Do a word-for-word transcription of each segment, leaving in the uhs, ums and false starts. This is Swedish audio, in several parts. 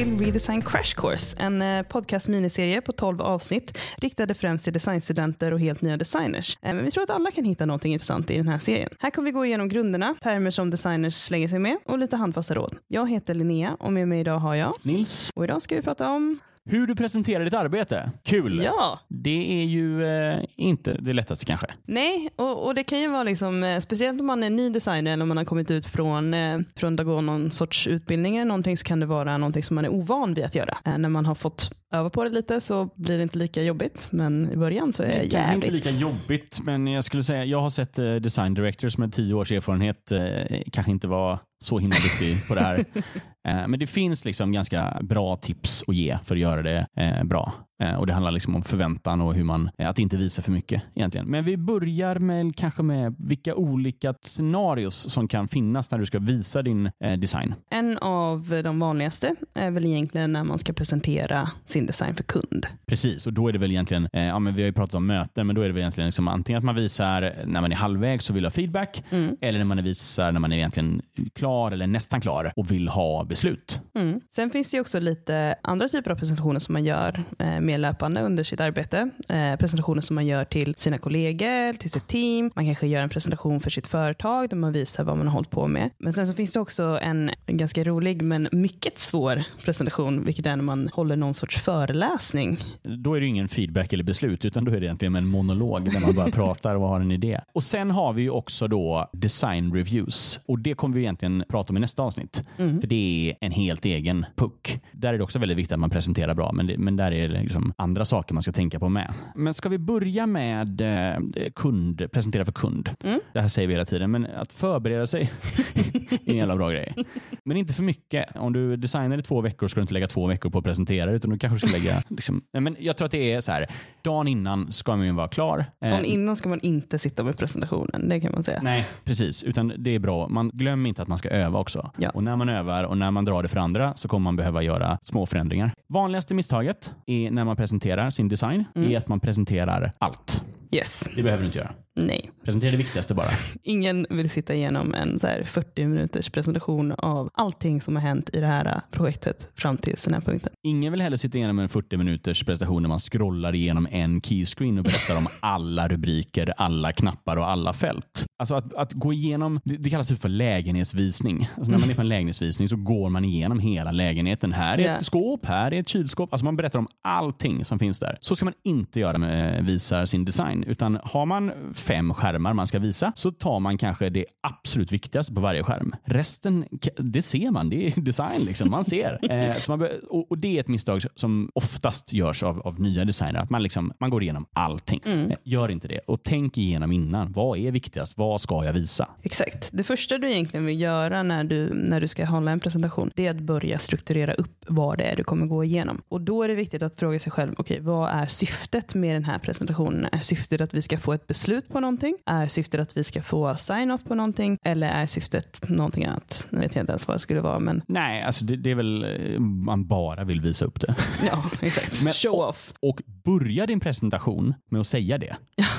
till Redesign Crash Course, en podcast-miniserie på tolv avsnitt riktade främst till designstudenter och helt nya designers. Men vi tror att alla kan hitta något intressant i den här serien. Här kommer vi gå igenom grunderna, termer som designers slänger sig med och lite handfasta råd. Jag heter Linnea och med mig idag har jag Nils. Och idag ska vi prata om hur du presenterar ditt arbete. Kul! Ja. Det är ju eh, inte det lättaste kanske. Nej, och, och det kan ju vara liksom, eh, speciellt om man är ny designer eller om man har kommit ut från, eh, från att gå någon sorts utbildning eller någonting, så kan det vara någonting som man är ovan vid att göra. Eh, när man har fått öva på det lite så blir det inte lika jobbigt, men i början så är det, det jävligt. Inte lika jobbigt, men jag skulle säga, jag har sett eh, design directors med tio års erfarenhet eh, kanske inte var så himla duktig på det här. Eh, men det finns liksom ganska bra tips att ge för att göra det eh, bra. Eh, och det handlar liksom om förväntan och hur man, eh, att inte visa för mycket egentligen. Men vi börjar med kanske med vilka olika scenarios som kan finnas när du ska visa din eh, design. En av de vanligaste är väl egentligen när man ska presentera sin design för kund. Precis, och då är det väl egentligen, eh, ja men vi har ju pratat om möten, men då är det väl egentligen liksom antingen att man visar när man är halvvägs och vill ha feedback, mm. eller när man visar när man är egentligen klar eller nästan klar och vill ha beslut. Mm. Sen finns det ju också lite andra typer av presentationer som man gör eh, mer löpande under sitt arbete. Eh, presentationer som man gör till sina kollegor, till sitt team. Man kanske gör en presentation för sitt företag där man visar vad man har hållit på med. Men sen så finns det också en ganska rolig men mycket svår presentation, vilket är när man håller någon sorts föreläsning. Då är det ingen feedback eller beslut, utan då är det egentligen en monolog där man bara pratar och har en idé. Och sen har vi ju också då design reviews, och det kommer vi egentligen prata om i nästa avsnitt. Mm. För det är en helt egen puck. Där är det också väldigt viktigt att man presenterar bra, men, det, men där är det liksom andra saker man ska tänka på med. Men ska vi börja med eh, kund, presentera för kund? Mm. Det här säger vi hela tiden, men att förbereda sig är en jävla bra grej. Men inte för mycket. Om du designar i två veckor ska du inte lägga två veckor på att presentera, utan du kanske ska lägga liksom, men jag tror att det är så här, dagen innan ska man ju vara klar. Dagen innan ska man inte sitta med presentationen, det kan man säga. Nej, precis. Utan det är bra. Man glömmer inte att man ska öva också. Ja. Och när man övar och när man drar det för andra så kommer man behöva göra små förändringar. Vanligaste misstaget är när man presenterar sin design mm. är att man presenterar allt. Yes. Det behöver du inte göra. Nej. Presentera det viktigaste bara. Ingen vill sitta igenom en så här fyrtio minuters presentation av allting som har hänt i det här projektet fram till den här punkten. Ingen vill heller sitta igenom en fyrtio minuters presentation när man scrollar igenom en keyscreen och berättar om alla rubriker, alla knappar och alla fält. Alltså att, att gå igenom, det, det kallas för lägenhetsvisning. Alltså när man är på en lägenhetsvisning så går man igenom hela lägenheten. Här är yeah. ett skåp, här är ett kylskåp. Alltså man berättar om allting som finns där. Så ska man inte göra med visar sin design. Utan har man fem skärmar man ska visa så tar man kanske det absolut viktigaste på varje skärm. Resten, det ser man. Det är design liksom. Man ser. Eh, så man be- och, och det är ett misstag som oftast görs av, av nya designer. Att man, liksom, man går igenom allting. Mm. Eh, gör inte det. Och tänk igenom innan. Vad är viktigast? Vad ska jag visa? Exakt. Det första du egentligen vill göra när du, när du ska hålla en presentation, det är att börja strukturera upp vad det är du kommer gå igenom. Och då är det viktigt att fråga sig själv, okej, okay, vad är syftet med den här presentationen? Är syftet att vi ska få ett beslut på någonting? Är syftet att vi ska få sign-off på någonting? Eller är syftet någonting annat? Jag vet inte ens vad det skulle vara, men... Nej, alltså det, det är väl man bara vill visa upp det. Ja, exakt. Men, Show off. Och, och börja din presentation med att säga det.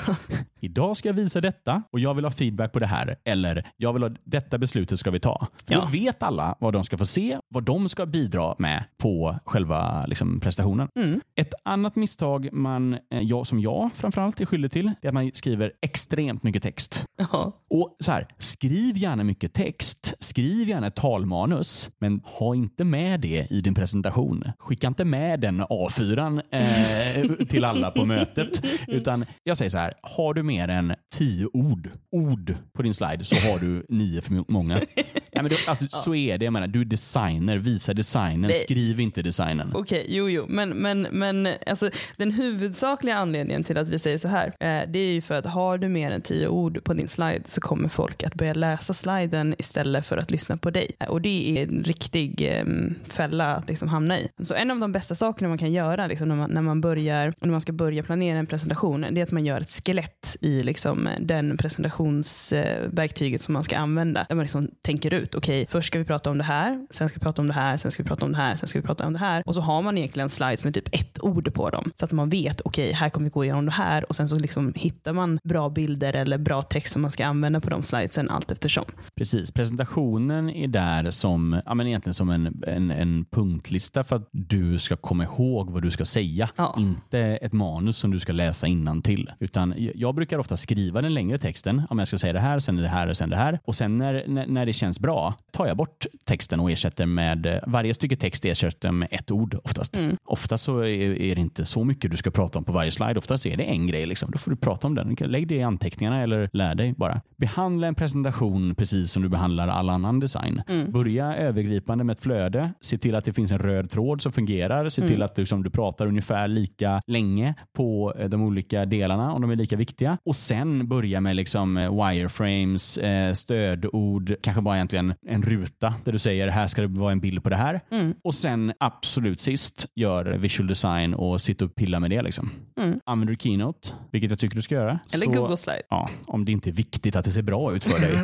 Idag ska jag visa detta och jag vill ha feedback på det här. Eller jag vill ha detta beslutet ska vi ta. Ja. Då vet alla vad de ska få se, vad de ska bidra med på själva liksom, prestationen. Mm. Ett annat misstag man, jag, som jag framförallt är skyldig till, är att man skriver extremt mycket text. Ja. Och så här, skriv gärna mycket text. Skriv gärna ett talmanus, men ha inte med det i din presentation. Skicka inte med den A fyra eh, till alla på mötet. Utan jag säger så här, har du mer än tio ord, ord på din slide så har du nio för många. Ja, men då, alltså, ja. Så är det. Jag menar, du är designer, visa designen, det... skriv inte designen. Okej, okay, jo, jo. Men, men, men alltså, den huvudsakliga anledningen till att vi säger så här, eh, det är ju för att har du mer än tio ord på din slide så kommer folk att börja läsa sliden istället för att lyssna på dig. Och det är en riktig eh, fälla att liksom hamna i. Så en av de bästa sakerna man kan göra liksom, när, man, när, man börjar, när man ska börja planera en presentation, det är att man gör ett skelett i liksom, den presentationsverktyget som man ska använda. Där man liksom tänker ut ut, okej, okay, först ska vi prata om det här, sen ska vi prata om det här, sen ska vi prata om det här, sen ska vi prata om det här. Och så har man egentligen slides med typ ett ord på dem. Så att man vet, okej, okay, här kommer vi gå igenom det här. Och sen så liksom hittar man bra bilder eller bra text som man ska använda på de slidesen allt eftersom. Precis, presentationen är där som, ja, men egentligen som en, en, en punktlista för att du ska komma ihåg vad du ska säga. Ja. Inte ett manus som du ska läsa innantill. Utan jag brukar ofta skriva den längre texten. Om jag ska säga det här, sen det här och sen det här. Och sen när, när, när det känns bra tar jag bort texten och ersätter med, varje stycke text ersätter med ett ord oftast. Mm. Ofta så är, är det inte så mycket du ska prata om på varje slide. Oftast är det en grej liksom. Då får du prata om den. Lägg det i anteckningarna eller lär dig bara. Behandla en presentation precis som du behandlar all annan design. Mm. Börja övergripande med ett flöde. Se till att det finns en röd tråd som fungerar. Se till mm. att du, som du pratar ungefär lika länge på de olika delarna om de är lika viktiga. Och sen börja med liksom wireframes, stödord, kanske bara egentligen en ruta där du säger här ska det vara en bild på det här. Mm. Och sen absolut sist gör visual design och sitta och pilla med det liksom. Mm. Använder du Keynote, vilket jag tycker du ska göra. Eller så, Google Slide. Ja, om det inte är viktigt att det ser bra ut för dig.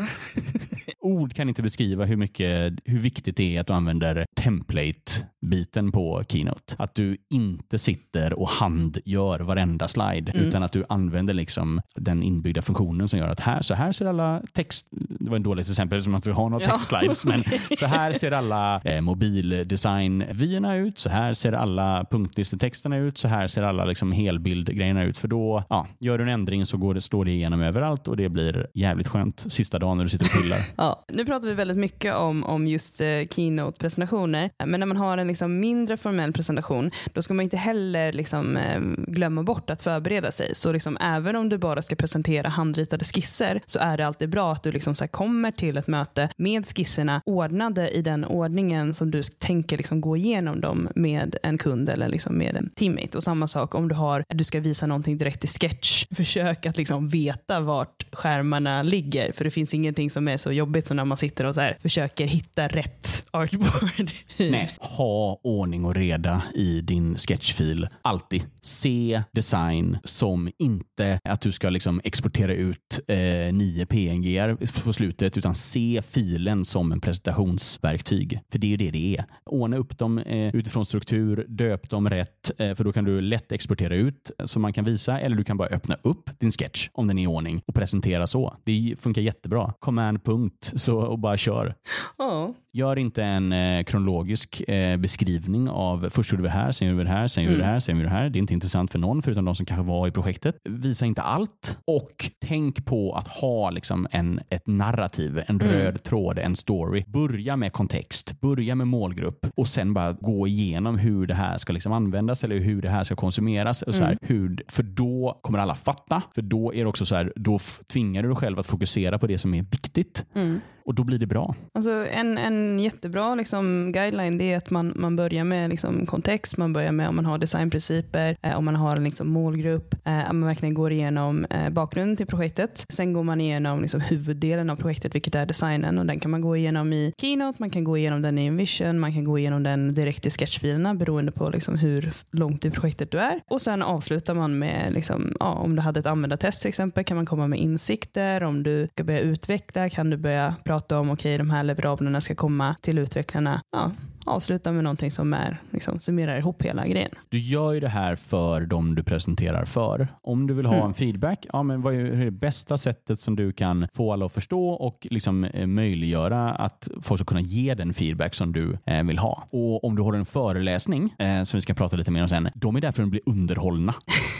Ord kan inte beskriva hur mycket, hur viktigt det är att du använder template-biten på Keynote. Att du inte sitter och handgör varenda slide, mm. utan att du använder liksom den inbyggda funktionen som gör att här, så här ser alla text, det var en dåligt exempel som man inte har några ja. textslides, men så här ser alla eh, mobildesign-vyerna ut, så här ser alla punktlistetexterna ut, så här ser alla liksom helbildgrejerna ut, för då ja, gör du en ändring så går det, slår det igenom överallt och det blir jävligt skönt sista dagen när du sitter och pillar. Ja, nu pratar vi väldigt mycket om, om just eh, Keynote-presentationer, men när man har en liksom mindre formell presentation, då ska man inte heller liksom, eh, glömma bort att förbereda sig. Så liksom, även om du bara ska presentera handritade skisser så är det alltid bra att du liksom, så här, kommer till ett möte med skisserna ordnade i den ordningen som du tänker liksom, gå igenom dem med en kund eller liksom, med en teammate. Och samma sak om du, har, du ska visa någonting direkt i Sketch. Försök att liksom, veta vart skärmarna ligger, för det finns ingenting som är så jobbigt som när man sitter och så här, försöker hitta rätt artboard. Nej, ha ordning och reda i din sketchfil. Alltid. Se design som inte att du ska liksom exportera ut eh, nio P N G på slutet, utan se filen som en presentationsverktyg. För det är ju det det är. Ordna upp dem eh, utifrån struktur, döp dem rätt, eh, för då kan du lätt exportera ut så man kan visa, eller du kan bara öppna upp din sketch om den är i ordning och presentera så. Det funkar jättebra. Command punkt så, och bara kör. Oh. Gör inte en eh, kronologisk eh, beskrivning av först gjorde vi det här, sen gjorde vi det här, sen gjorde vi det här, sen gjorde vi det här. Det är inte intressant för någon förutom de som kanske var i projektet. Visa inte allt och tänk på att ha liksom en, ett narrativ, en mm. röd tråd, en story. Börja med kontext, börja med målgrupp och sen bara gå igenom hur det här ska liksom användas eller hur det här ska konsumeras. Och så här, mm. hur, för då kommer alla fatta. För då är det också så här, då f- tvingar du dig själv att fokusera på det som är viktigt. Mm. Och då blir det bra. Alltså en, en jättebra liksom, guideline det är att man, man börjar med liksom, kontext. Man börjar med om man har designprinciper. Eh, om man har en liksom, målgrupp. Eh, om man verkligen går igenom eh, bakgrunden till projektet. Sen går man igenom liksom, huvuddelen av projektet, vilket är designen. Och den kan man gå igenom i Keynote. Man kan gå igenom den i InVision. Man kan gå igenom den direkt i sketchfilerna beroende på liksom, hur långt i projektet du är. Och sen avslutar man med liksom, ja, om du hade ett användartest till exempel kan man komma med insikter. Om du ska börja utveckla kan du börja prata om okej, okay, de här leverablerna ska komma till utvecklarna. Ja, avsluta med någonting som är, liksom, summerar ihop hela grejen. Du gör ju det här för dem du presenterar för. Om du vill ha mm. en feedback, ja, men vad är det bästa sättet som du kan få alla att förstå och liksom, eh, möjliggöra att folk ska kunna ge den feedback som du eh, vill ha. Och om du har en föreläsning, eh, som vi ska prata lite mer om sen, de är där för att bli underhållna.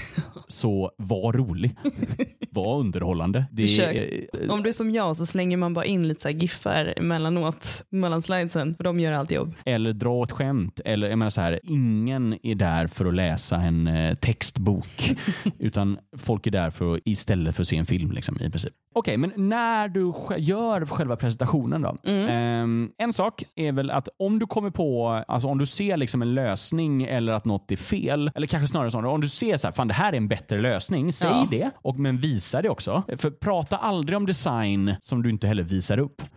Så var rolig. Var underhållande. Det är, eh, om du är som jag så slänger man bara in lite så här giffar emellanåt, mellan slidesen, för de gör allt jobb. Eller dra ett skämt. Eller jag menar så här, ingen är där för att läsa en eh, textbok. Utan folk är där för att, istället för att se en film liksom, i princip. Okej, okay, men när du gör själva presentationen då. Mm. Eh, en sak är väl att om du kommer på, alltså om du ser liksom en lösning eller att något är fel, eller kanske snarare så, om du ser så här, fan det här är en bättre lösning, säg ja. det och men visa det också. För prata aldrig om design som du inte heller visar upp.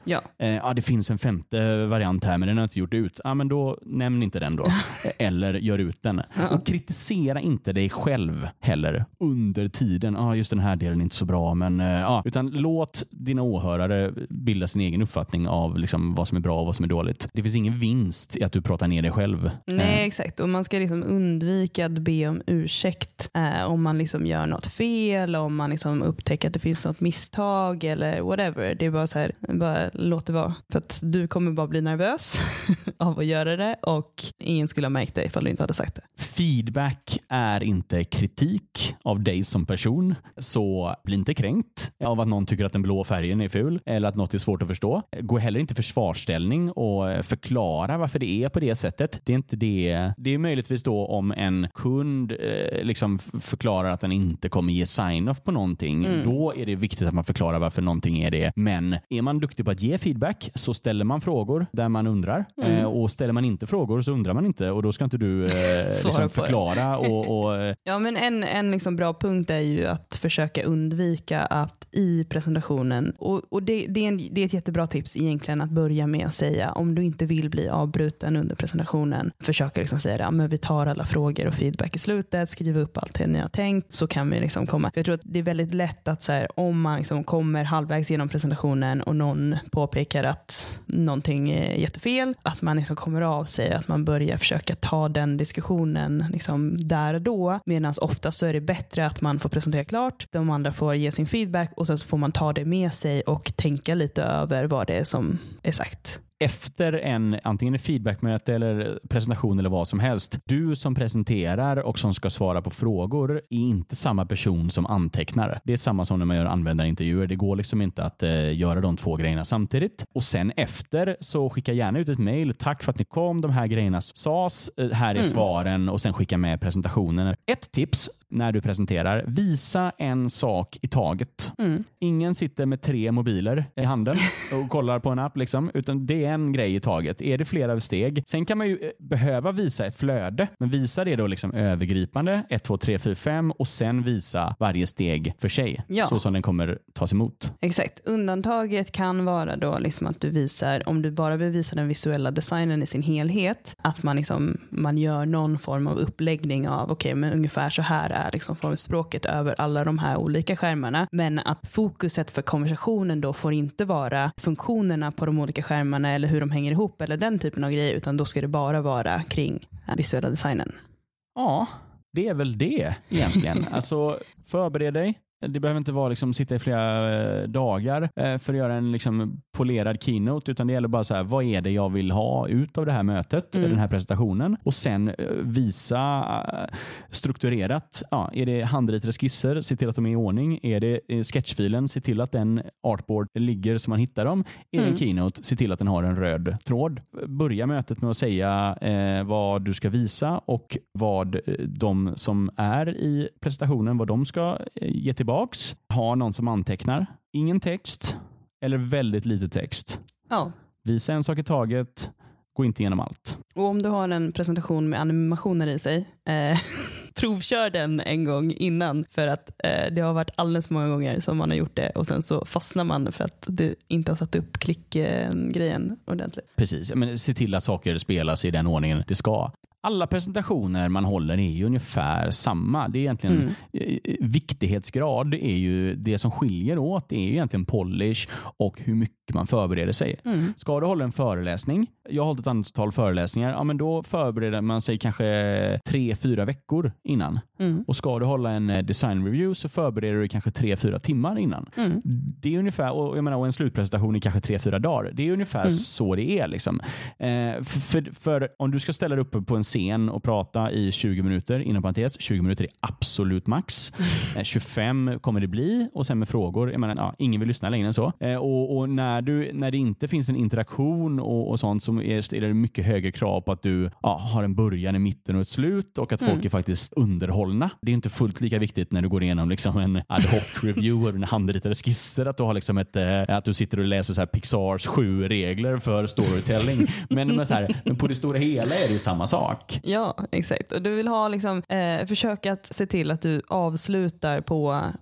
Ja. Eh, ja, det finns en femte variant här men den har inte gjort ut. Ja, men då nämn inte den då. Eller gör ut den. Ja. Och kritisera inte dig själv heller under tiden. Ja, just den här delen är inte så bra. Men, eh, ja, utan låt dina åhörare bilda sin egen uppfattning av liksom, vad som är bra och vad som är dåligt. Det finns ingen vinst i att du pratar ner dig själv. Nej, eh. exakt. Och man ska liksom undvika att be om ursäkt eh, om man liksom gör något fel, om man liksom upptäcker att det finns något misstag eller whatever. Det är bara så här, bara låt det vara. För att du kommer bara bli nervös av att göra det och ingen skulle ha märkt det ifall du inte hade sagt det. Feedback är inte kritik av dig som person, så bli inte kränkt av att någon tycker att den blå färgen är ful eller att något är svårt att förstå. Gå heller inte i försvarsställning och förklara varför det är på det sättet. Det är inte det. Det är möjligtvis då om en kund eh, liksom förklarar att den inte kommer ge sign-off på någonting. Mm. Då är det viktigt att man förklarar varför någonting är det. Men är man duktig på att ge feedback så ställer man frågor där man undrar. Mm. Eh, och ställer man inte frågor så undrar man inte. Och då ska inte du eh, liksom förklara. och, och, eh. Ja, men en, en liksom bra punkt är ju att försöka undvika att i presentationen, och, och det, det, är en, det är ett jättebra tips egentligen att börja med att säga, om du inte vill bli avbruten under presentationen, försöka liksom säga det, ja, men vi tar alla frågor och feedback i slutet, skriva upp allt det ni har tänkt, så kan vi liksom komma. För jag tror att det är väldigt lätt att så här, om man liksom kommer halvvägs genom presentationen och någon påpekar att någonting är jättefel, att man liksom kommer av sig, att man börjar försöka ta den diskussionen liksom där och då, medan ofta så är det bättre att man får presentera klart, de andra får ge sin feedback och sen så får man ta det med sig och tänka lite över vad det är som är sagt. Efter en antingen ett feedbackmöte eller presentation eller vad som helst, du som presenterar och som ska svara på frågor är inte samma person som antecknar. Det är samma som när man gör användarintervjuer. Det går liksom inte att eh, göra de två grejerna samtidigt. Och sen efter så skicka gärna ut ett mejl. Tack för att ni kom. De här grejerna sas. Här är mm. svaren, och sen skicka med presentationen. Ett tips när du presenterar: visa en sak i taget. Mm. Ingen sitter med tre mobiler i handen och kollar på en app liksom, utan det är en grej i taget. Är det flera steg? Sen kan man ju behöva visa ett flöde, men visa det då liksom övergripande, ett, två, tre, fyra, fem, och sen visa varje steg för sig, ja. Så som den kommer tas emot. Exakt. Undantaget kan vara då liksom att du visar, om du bara vill visa den visuella designen i sin helhet, att man liksom, man gör någon form av uppläggning av, okej, okay, men ungefär så här är liksom formspråket över alla de här olika skärmarna, men att fokuset för konversationen då får inte vara funktionerna på de olika skärmarna eller hur de hänger ihop eller den typen av grejer, utan då ska det bara vara kring visuella designen. Ja, det är väl det egentligen. Alltså, förbered dig. Det behöver inte vara liksom sitta i flera dagar för att göra en liksom polerad keynote, utan det gäller bara så här, vad är det jag vill ha ut av det här mötet, mm. den här presentationen, och sen visa strukturerat. Ja, är det handritade skisser, se till att de är i ordning. Är det sketchfilen, se till att den artboard ligger så man hittar dem. Är det mm. en keynote, se till att den har en röd tråd. Börja mötet med att säga eh, vad du ska visa och vad de som är i presentationen, vad de ska ge tillbaka. Ha någon som antecknar. Ingen text eller väldigt lite text. Ja. Visa en sak i taget. Gå inte igenom allt. Och om du har en presentation med animationer i sig, eh, provkör den en gång innan, för att eh, det har varit alldeles många gånger som man har gjort det och sen så fastnar man för att det inte har satt upp klickgrejen ordentligt. Precis, men se till att saker spelas i den ordningen det ska. Alla presentationer man håller är ju ungefär samma. Det är egentligen mm. viktighetsgrad är ju det som skiljer åt. Det är ju egentligen polish och hur mycket man förbereder sig. Mm. Ska du hålla en föreläsning? Jag har hållit ett antal föreläsningar. Ja, men då förbereder man sig kanske tre, fyra veckor innan. Mm. Och ska du hålla en design review så förbereder du kanske tre, fyra timmar innan. Mm. Det är ungefär, och jag menar, och en slutpresentation är kanske tre, fyra dagar. Det är ungefär mm. så det är liksom. Eh, för, för, för om du ska ställa dig upp på en scen och prata i tjugo minuter, inom parentes, tjugo minuter är absolut max. Mm. tjugofem kommer det bli, och sen med frågor, jag menar, ja, ingen vill lyssna längre än så. Eh, och, och när, du, när det inte finns en interaktion och, och sånt, så är, är det mycket högre krav på att du ja, har en början, en mitten och ett slut, och att mm. folk är faktiskt underhållna. Det är inte fullt lika viktigt när du går igenom liksom en ad hoc review eller en handritade skisser, att du har liksom ett, eh, att du sitter och läser så här Pixars sju regler för storytelling. men, men, så här, men på det stora hela är det ju samma sak. Ja, exakt. Och du vill ha liksom, eh, försöka att se till att du avslutar på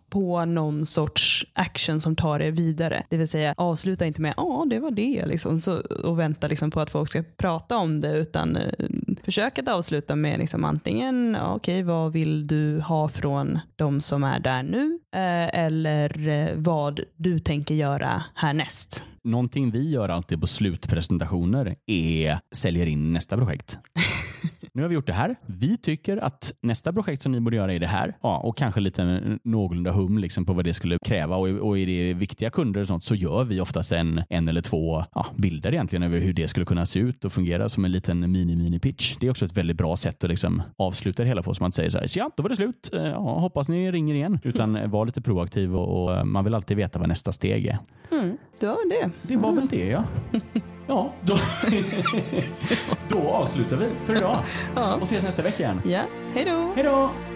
på någon sorts action som tar det vidare. Det vill säga avsluta inte med ja det var det liksom, så, och vänta liksom på att folk ska prata om det, utan eh, försök att avsluta med liksom, antingen okej okay, vad vill du ha från de som är där nu eh, eller eh, vad du tänker göra härnäst. Någonting vi gör alltid på slutpresentationer är säljer in nästa projekt. Nu har vi gjort det här. Vi tycker att nästa projekt som ni borde göra är det här. Ja, och kanske lite någorlunda hum liksom på vad det skulle kräva. Och, och är det viktiga kunder och sånt, så gör vi oftast en, en eller två ja, bilder egentligen över hur det skulle kunna se ut och fungera som en liten mini-mini-pitch. Det är också ett väldigt bra sätt att liksom avsluta det hela på. Så man inte säger så här, så ja, då var det slut. Ja, hoppas ni ringer igen. Utan var lite proaktiv och, och man vill alltid veta vad nästa steg är. Mm, det var väl det. Det var väl det, ja. Ja, då, då avslutar vi för idag. Ja. Och ses nästa vecka igen. Ja, hej då. Hej då.